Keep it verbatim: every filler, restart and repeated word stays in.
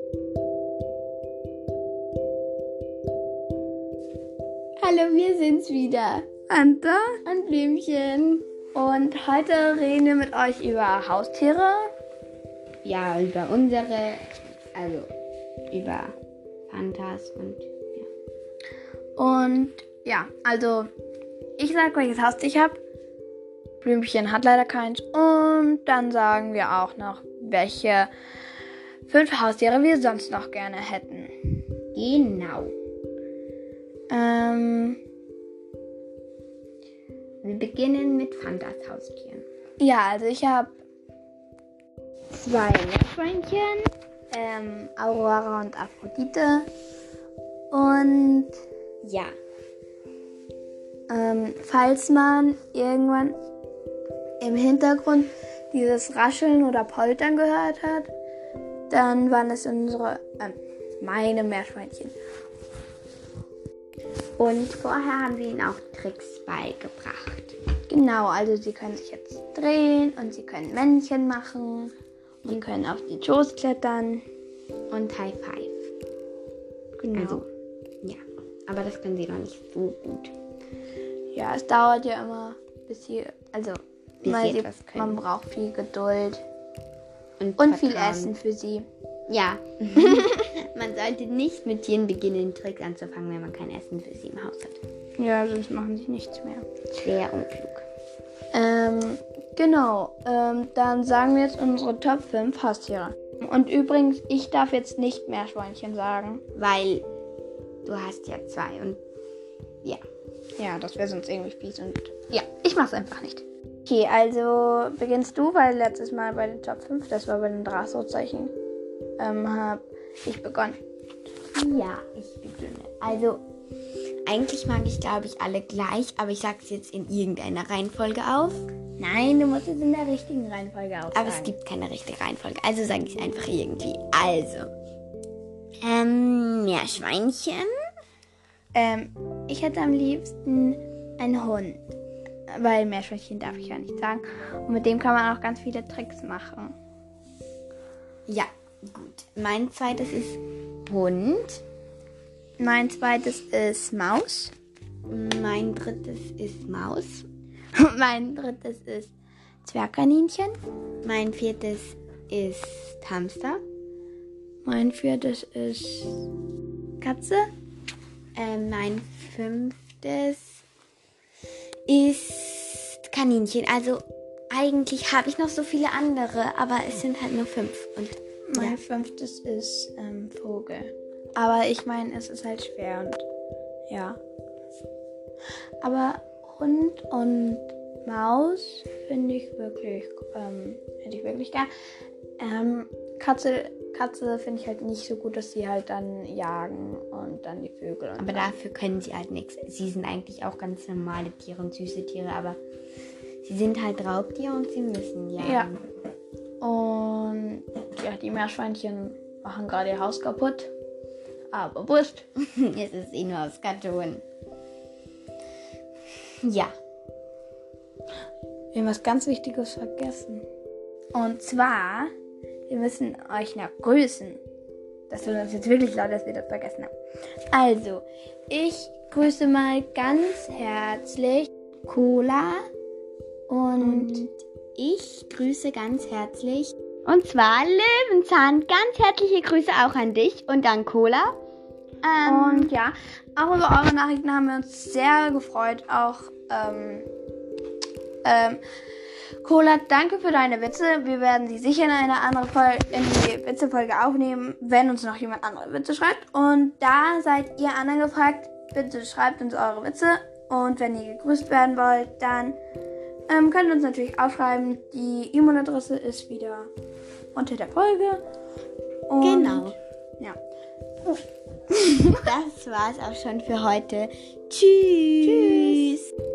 Hallo, wir sind's wieder. Anta und Blümchen. Und heute reden wir mit euch über Haustiere. Ja, über unsere, also über Pandas und ja. Und ja, also ich sag, welches Haustier ich habe. Blümchen hat leider keins. Und dann sagen wir auch noch, welche fünf Haustiere wir sonst noch gerne hätten. Genau. Ähm, wir beginnen mit Pandas Haustieren. Ja, also ich habe zwei Meerschweinchen, ähm, Aurora und Aphrodite. Und ja, ähm, falls man irgendwann im Hintergrund dieses Rascheln oder Poltern gehört hat, dann waren es unsere, ähm, meine Meerschweinchen. Und vorher haben wir ihnen auch Tricks beigebracht. Genau, also sie können sich jetzt drehen und sie können Männchen machen. Und sie können auf die Schoß klettern. Und High Five. Genau. Also, ja, aber das können sie noch nicht so gut. Ja, es dauert ja immer, bis sie, also bis weil sie sie, etwas können. man braucht viel Geduld und, und viel Essen für sie. Ja, man sollte nicht mit Tieren beginnen, Tricks anzufangen, wenn man kein Essen für sie im Haus hat. Ja, sonst machen sie nichts mehr. Sehr unklug. Ähm, genau, ähm, dann sagen wir jetzt unsere Top fünf Haustiere. Und übrigens, ich darf jetzt nicht Meerschweinchen sagen. Weil du hast ja zwei und ja. Ja, das wäre sonst irgendwie fies und ja, ich mach's einfach nicht. Okay, also beginnst du, weil letztes Mal bei den Top fünf, das war bei den Drachsozeichen, ähm, habe ich begonnen. Ja, ich beginne. Also, eigentlich mag ich, glaube ich, alle gleich, aber ich sage es jetzt in irgendeiner Reihenfolge auf. Nein, du musst es in der richtigen Reihenfolge aufsagen. Aber es gibt keine richtige Reihenfolge, also sage ich es einfach irgendwie. Also, ähm, Meerschweinchen. Ähm, ich hätte am liebsten einen Hund, weil Meerschweinchen darf ich ja nicht sagen. Und mit dem kann man auch ganz viele Tricks machen. Ja, gut. Mein zweites ist Hund. Mein zweites ist Maus. Mein drittes ist Maus. Mein drittes ist Zwergkaninchen. Mein viertes ist Hamster. Mein viertes ist Katze. Äh, mein fünftes ist Kaninchen. Also eigentlich habe ich noch so viele andere, aber es sind halt nur fünf. Und mein ja. fünftes ist ähm, Vogel. Aber ich meine, es ist halt schwer und ja. Aber Hund und Maus finde ich wirklich, ähm, hätte ich wirklich gern. Ähm, Katze, Katze finde ich halt nicht so gut, dass sie halt dann jagen und dann die Vögel. Und aber dann. dafür können sie halt nichts. Sie sind eigentlich auch ganz normale Tiere und süße Tiere, aber sie sind halt Raubtiere und sie müssen jagen. Ja. Und ja, die Meerschweinchen machen gerade ihr Haus kaputt. Aber wurscht. Es ist eh nur aus Karton. Ja. Wir haben was ganz Wichtiges vergessen. Und zwar, wir müssen euch noch grüßen. Das tut uns jetzt wirklich leid, dass wir das vergessen haben. Also, ich grüße mal ganz herzlich Cola und, Und ich grüße ganz herzlich. Und zwar Löwenzahn. Ganz herzliche Grüße auch an dich und an Cola. Ähm, und ja, auch über eure Nachrichten haben wir uns sehr gefreut. Auch ähm, ähm, Cola, danke für deine Witze. Wir werden sie sicher in eine andere Folge, in die Witze-Folge aufnehmen, wenn uns noch jemand andere Witze schreibt. Und da seid ihr anderen gefragt, bitte schreibt uns eure Witze. Und wenn ihr gegrüßt werden wollt, dann ähm, könnt ihr uns natürlich aufschreiben. Die E-Mail-Adresse ist wieder unter der Folge. Und Genau. Ja. Das war's auch schon für heute. Tschüss. Tschüss.